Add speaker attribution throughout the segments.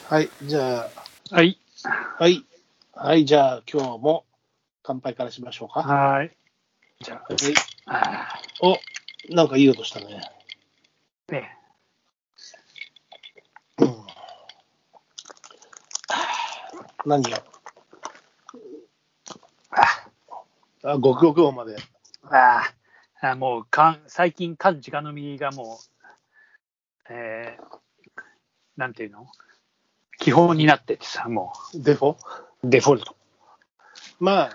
Speaker 1: はい、じゃあ、
Speaker 2: はい。
Speaker 1: はい、じゃあ、今日も乾杯からしましょうか。
Speaker 2: はい。じゃ
Speaker 1: はい。
Speaker 2: あ、
Speaker 1: お、なんかいい音したね。
Speaker 2: ね。
Speaker 1: うん。何よ。ごくごく音まで。
Speaker 2: もう最近缶直飲みがもう、なんていうの基本になっててさ、も
Speaker 1: デフォ
Speaker 2: うデフォルト。
Speaker 1: ま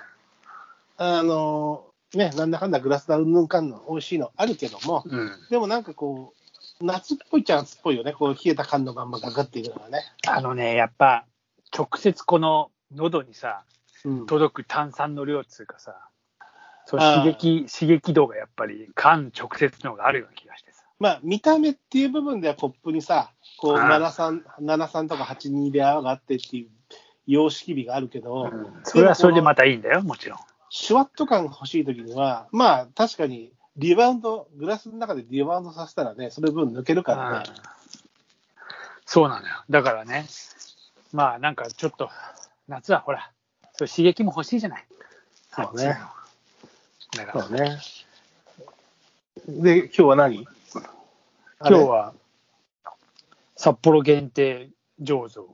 Speaker 1: ね、なんだかんだグラスダウンヌンカンの美味しいのあるけども、
Speaker 2: うん。
Speaker 1: でもなんかこう、夏っぽいっちゃ夏っぽいよね。こう、冷えた缶のまんまガガっていうのがね。
Speaker 2: やっぱ、直接この喉にさ、
Speaker 1: うん。
Speaker 2: 届く炭酸の量っつうかさ、そう
Speaker 1: あ
Speaker 2: 刺激度がやっぱり缶直接の方があるような気がしてさ。
Speaker 1: まあ、見た目っていう部分ではコップにさ、こう73とか82で上がってっていう様式美があるけど、
Speaker 2: そ
Speaker 1: で
Speaker 2: れはそれでま
Speaker 1: もこの
Speaker 2: たいいんだよ、もちろん。
Speaker 1: シュワッと感が欲しいときには、まあ確かにリバウンド、グラスの中でリバウンドさせたらね、その分抜けるからね。
Speaker 2: そうなのよ。だからね、まあなんかちょっと、夏はほら、そう刺激も欲しいじゃない。
Speaker 1: そうね。
Speaker 2: だから
Speaker 1: そうね。で、今日は何？
Speaker 2: 今日は札幌限定醸造、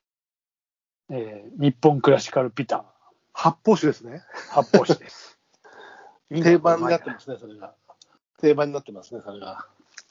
Speaker 2: 日本クラシカルビター
Speaker 1: 発泡酒ですね。
Speaker 2: 発泡酒です。
Speaker 1: 定番になってますね、それが。定番になってますね、それが。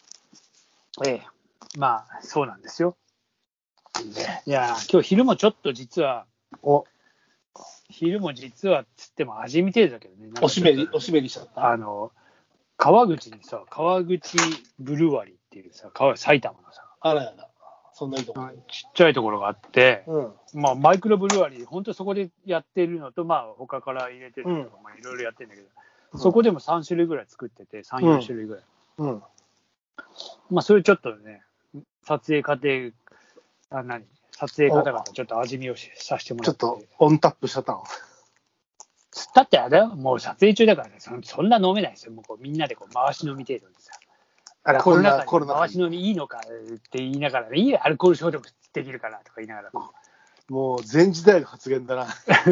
Speaker 2: まあ、そうなんですよ。いや、今日昼もちょっと実は、昼も実はつっても味見程度だけどね。
Speaker 1: おしめりしちゃった。
Speaker 2: 川口にさ、川口ブルワリーっていうさ、埼玉のさ、
Speaker 1: あらやだ。そんないいとこ。
Speaker 2: ちっちゃいところがあって、
Speaker 1: うん。
Speaker 2: まあ、マイクロブルワリー、本当そこでやってるのと、まあ、他から入れてるのとか、まあ、いろいろやってるんだけど、そこでも3種類ぐらい作ってて、3、4種類ぐらい。
Speaker 1: うん。
Speaker 2: まあ、それちょっとね、撮影過程、撮影方々ちょっと味見をさせてもらって。
Speaker 1: ちょっとオンタップしちゃったの。
Speaker 2: だってあれだよ、もう撮影中だからね、そんな飲めないですよ。もうこうみんなでこう回し飲み程度でさ。コロナ禍に回し飲みいいのかって言いながら、ね、いいアルコール消毒できるかなとか言いながら。
Speaker 1: もう前時代の発言だな。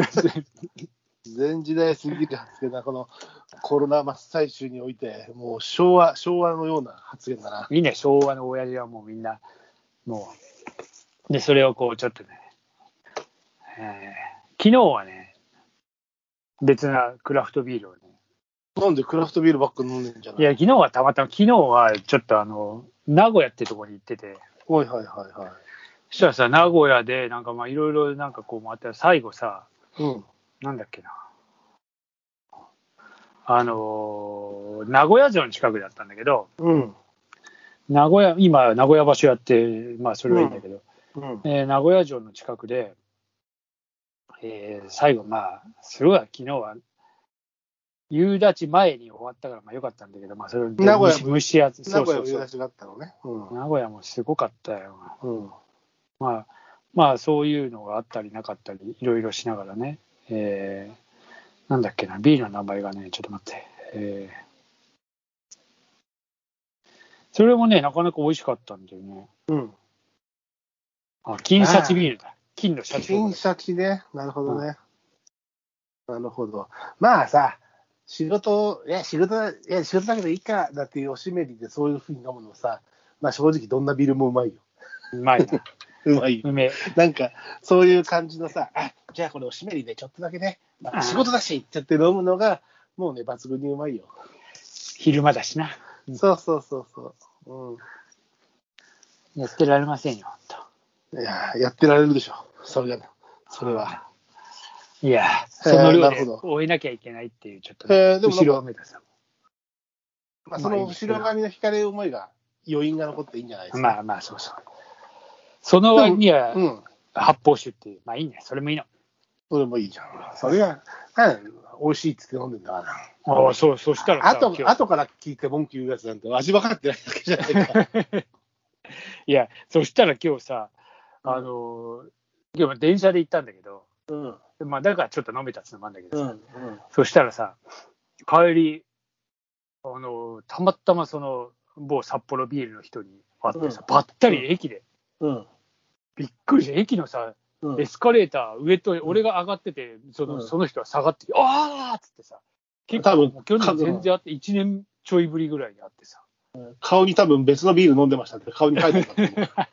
Speaker 1: 前時代すぎる発言だ。このコロナ真っ最中において、もう昭和のような発言だな。
Speaker 2: みんな昭和の親父はもうみんな、もう、で、それをこうちょっとね、昨日はね、別なクラフトビールをね、
Speaker 1: なんでクラフトビールばっか飲んでんじゃない？
Speaker 2: いや、昨日はちょっと名古屋ってとこに行ってて、
Speaker 1: はい。
Speaker 2: そしたらさ、名古屋でなんかまあいろいろなんかこう回ったら最後さ、なんだっけな、名古屋城の近くだったんだけど、今名古屋場所やって、まあそれはいいんだけど、名古屋城の近くで、最後まあ、すごい昨日は、夕立前に終わったからまあよかったんだけど、まあそれ
Speaker 1: 名古屋
Speaker 2: 蒸し暑い。
Speaker 1: 名古屋夕立があったのね。
Speaker 2: 名古屋もすごかったよ。まあそういうのがあったりなかったり、いろいろしながらね、なんだっけな、ビールの名前がね、ちょっと待って、それもね、なかなか美味しかったんだよね。金シャチビールだ。金のシャチ。
Speaker 1: 金シャチね。なるほどね。なるほど。まあさ、仕事だけどいいか、だっていうおしめりでそういうふうに飲むのさ、まあ正直どんなビールもうまいよ。
Speaker 2: うまいな。
Speaker 1: うまいよ。なんか、そういう感じのさ、じゃあこれおしめりでちょっとだけね、まあ、仕事だしって言って飲むのが、もうね、抜群にうまいよ。
Speaker 2: 昼間だしな。
Speaker 1: そう。
Speaker 2: やってられませんよ、
Speaker 1: いや、やってられるでしょ。それは。
Speaker 2: いや、その量で終えなきゃいけないっていう、ちょっと、後ろめたさ。
Speaker 1: まあ、その後ろ髪の惹かれる思いが、余韻が残っていいんじゃないですか。
Speaker 2: まあ、そう。その割には、発泡酒っていう、まあいいね、それもいいの。
Speaker 1: それもいいじゃん。それが、美味しいっつって飲んでんだから。
Speaker 2: そしたらさ、
Speaker 1: 後から聞いて文句言うやつなんて味分かってないだけじゃないか。
Speaker 2: いや、そしたら今日さ、今日も電車で行ったんだけど、まあだからちょっと飲めたってのもあるんだけどさ、そしたらさ、帰り、たまたまその某札幌ビールの人に会ってさ、ばったり駅で、 びっくりして、駅のさ、エスカレーター、上と俺が上がってて、その人は下がってきて、あーっつってさ、結構もう去年全然あって、1年ちょいぶりぐらいにあってさ。
Speaker 1: 顔に多分別のビール飲んでましたって、顔に書いてたと思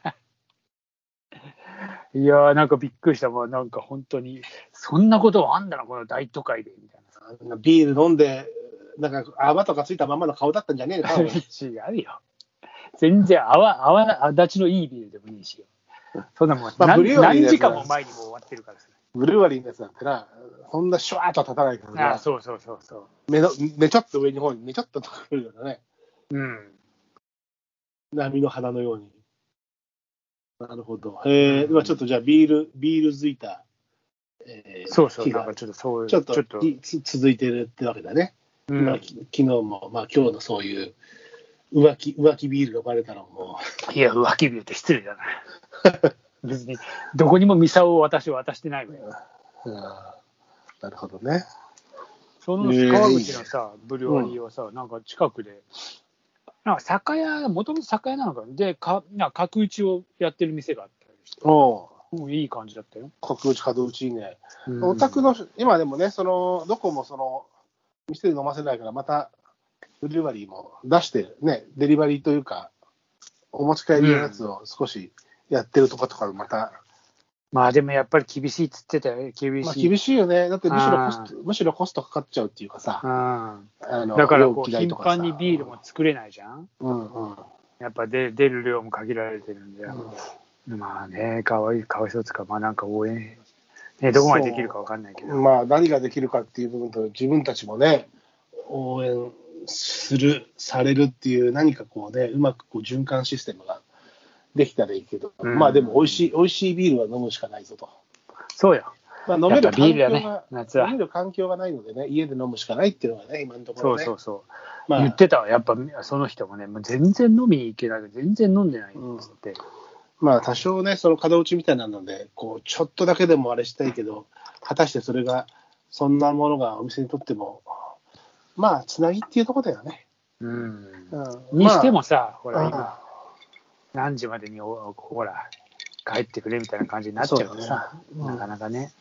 Speaker 2: う。いやー、なんかびっくりした。もうなんか本当に、そんなことあんだな、この大都会で、みたい
Speaker 1: な。ビール飲んで、なんか泡とかついたままの顔だったんじゃねえか。
Speaker 2: 違うよ。全然泡立ちのいいビールでもいいしよ。そんなもん、何時間も前にもう終わってるからさ。
Speaker 1: ブルワリーのやつなんてな、そんなシュワーッと立たないからね。
Speaker 2: そう。
Speaker 1: 目ちょっと上の方に、目ちょっと来るようなね。
Speaker 2: うん。
Speaker 1: 波の花のように。なるほど。今ちょっとじゃあビールづいた、
Speaker 2: そうなんかちょっとそういう。
Speaker 1: ちょっと続いてるってわけだね。昨日も、まあ今日のそういう浮気ビールがバレたのも。
Speaker 2: いや、浮気ビールって失礼だな。別に、どこにもミサオを渡してないわよ。
Speaker 1: なるほどね。
Speaker 2: その川口のさ、ブリュワリーはさ、なんか近くで、なんか酒屋、もともと酒屋なのかで、なんか角打ちをやってる店があったりして、もういい感じだったよ。
Speaker 1: 角打ちいいね。お宅の、今でもね、どこも店で飲ませないから、また、ブリュワリーも出してね、デリバリーというか、お持ち帰りのやつを少しやってるとことかまた。
Speaker 2: まあでもやっぱり厳しいっつってたよ。厳
Speaker 1: しいよね。だってむしろコストかかっちゃうっていうかさ。
Speaker 2: だからこう頻繁にビールも作れないじゃん。やっぱ出る量も限られてるんで。まあね、かわいそうつか、まあなんか応援、ね、どこまでできるかわかんないけど。
Speaker 1: まあ何ができるかっていう部分と、自分たちもね、応援されるっていう何かこうね、うまくこう循環システムができたらいいけど、まあでも美味しいビールは飲むしかないぞと。
Speaker 2: そうよ。
Speaker 1: まあ、飲める環境がないのでね、家で飲むしかないっていうのがね、今のところね。
Speaker 2: そう。まあ、言ってたわ、やっぱその人もね、もう全然飲みに行けない、全然飲んでないっつって。
Speaker 1: まあ多少ね、その角打ちみたいなので、こうちょっとだけでもあれしたいけど、果たしてそれが、そんなものがお店にとっても、まあ、つなぎっていうところだよね。
Speaker 2: にしてもさ、ほら、今、何時までにほら、帰ってくれみたいな感じになっちゃうからさ、なかなかね。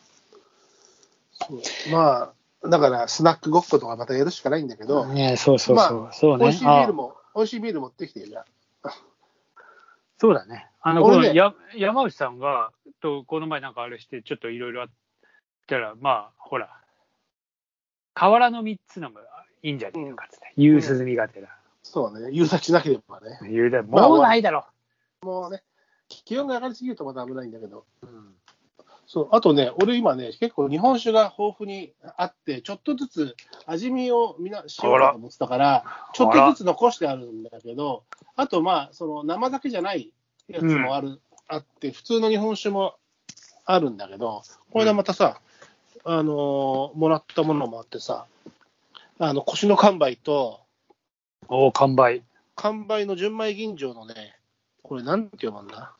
Speaker 1: まあ、だから、スナックごっことかまたやるしかないんだけど、
Speaker 2: そうね。
Speaker 1: 美味しいビール持ってきてるじゃん。
Speaker 2: そうだね。この山内さんが、この前なんかあれして、ちょっといろいろあったら、まあ、ほら、河原の3つのがいいんじゃねえのかって、夕涼みがてら。
Speaker 1: そうね、夕立ちなければね。
Speaker 2: もうないだろ。
Speaker 1: もうね、気温が上がりすぎるとまた危ないんだけど。そう、あとね、俺今ね、結構日本酒が豊富にあって、ちょっとずつ味見をみんなしようかと思ってたから、ちょっとずつ残してあるんだけど、あとまあ、生だけじゃないやつもあって、普通の日本酒もあるんだけど、これでまたさ、もらったものもあってさ、腰の完売と、
Speaker 2: 完売
Speaker 1: の純米吟醸のね、これなんて読むんだ、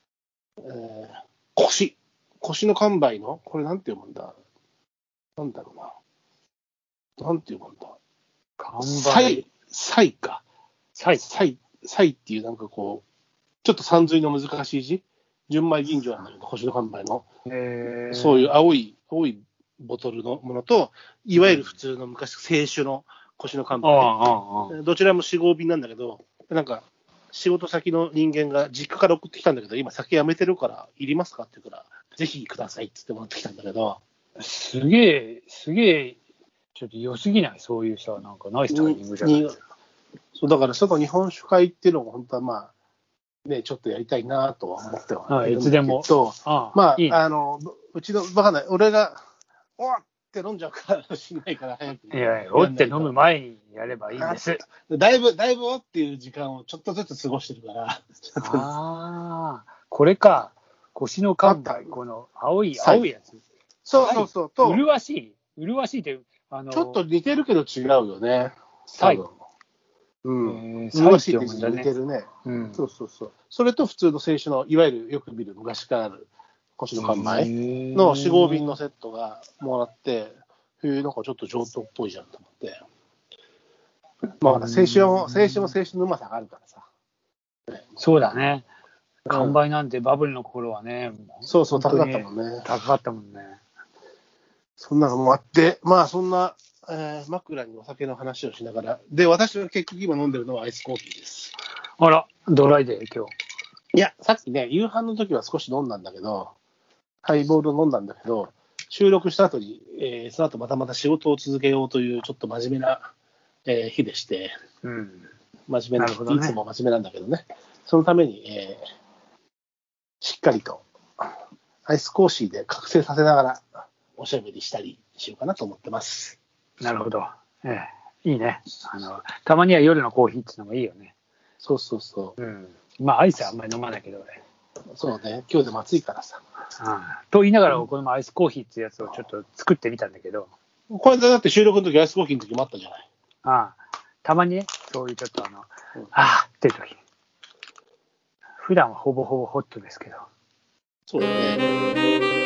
Speaker 1: 腰の完売の、これなんて読むんだ、なんだろうな、なんて読むんだ、サイか、サイっていうなんかこう、ちょっと山水の難しい字、純米吟醸なんだけど、腰の完売の、そういう青いボトルのものと、いわゆる普通の昔、清酒の腰の乾杯、どちらも4、5瓶なんだけど、なんか、仕事先の人間が実家から送ってきたんだけど、今酒やめてるから、いりますかって言うから、ぜひくださいって言ってもらってきたんだけど。
Speaker 2: すげえ、ちょっと良すぎない？そういうさ、なんかナイスタイミングじゃない？
Speaker 1: そう、だからその日本酒会っていうのも本当はまあ、ね、ちょっとやりたいなとは思ってはい
Speaker 2: つでも。
Speaker 1: まあ、うちのバカな、俺が、おって飲んじゃうかもしれないから早く。
Speaker 2: いや、おって飲む前にやればいいんです。
Speaker 1: だいぶおっていう時間をちょっとずつ過ごしてるから。
Speaker 2: これか。腰の乾杯、この青いやつ。
Speaker 1: そう。と
Speaker 2: 麗しいって、ち
Speaker 1: ょっと似てるけど違うよね。
Speaker 2: 最
Speaker 1: 後。麗しいって似てるね。そう。それと普通の清酒の、いわゆるよく見る昔からある腰の乾杯の4、5瓶のセットがもらって、なんかちょっと上等っぽいじゃんと思って。まあ、清酒も清酒のうまさがあるからさ。
Speaker 2: そうだね。 完売なんてバブルの頃はね、
Speaker 1: そうそう、高かったもんね。
Speaker 2: 高かったもんね。
Speaker 1: そんなのもあって、まあそんな、枕にお酒の話をしながら、で、私は結局今飲んでるのはアイスコーヒーです。
Speaker 2: あら、ドライで今日。
Speaker 1: いや、さっきね、夕飯の時は少し飲んだんだけど、ハイボールを飲んだんだけど、収録した後に、その後またまた仕事を続けようというちょっと真面目な、日でして、真面目な、いつも真面目なんだけどね、そのために、しっかりとアイスコーヒーで覚醒させながらおしゃべりしたりしようかなと思ってます。
Speaker 2: なるほど。いいね。たまには夜のコーヒーっていうのもいいよね。
Speaker 1: そうそうそう。
Speaker 2: まあアイスはあんまり飲まないけどね。
Speaker 1: そうね。今日でも暑いからさ。
Speaker 2: と言いながら、このアイスコーヒーっていうやつをちょっと作ってみたんだけど。
Speaker 1: これだって収録の時アイスコーヒーの時もあったじゃない。
Speaker 2: たまにね、そういうちょっとっていう時。普段はほぼほぼホットですけど。
Speaker 1: そうだね。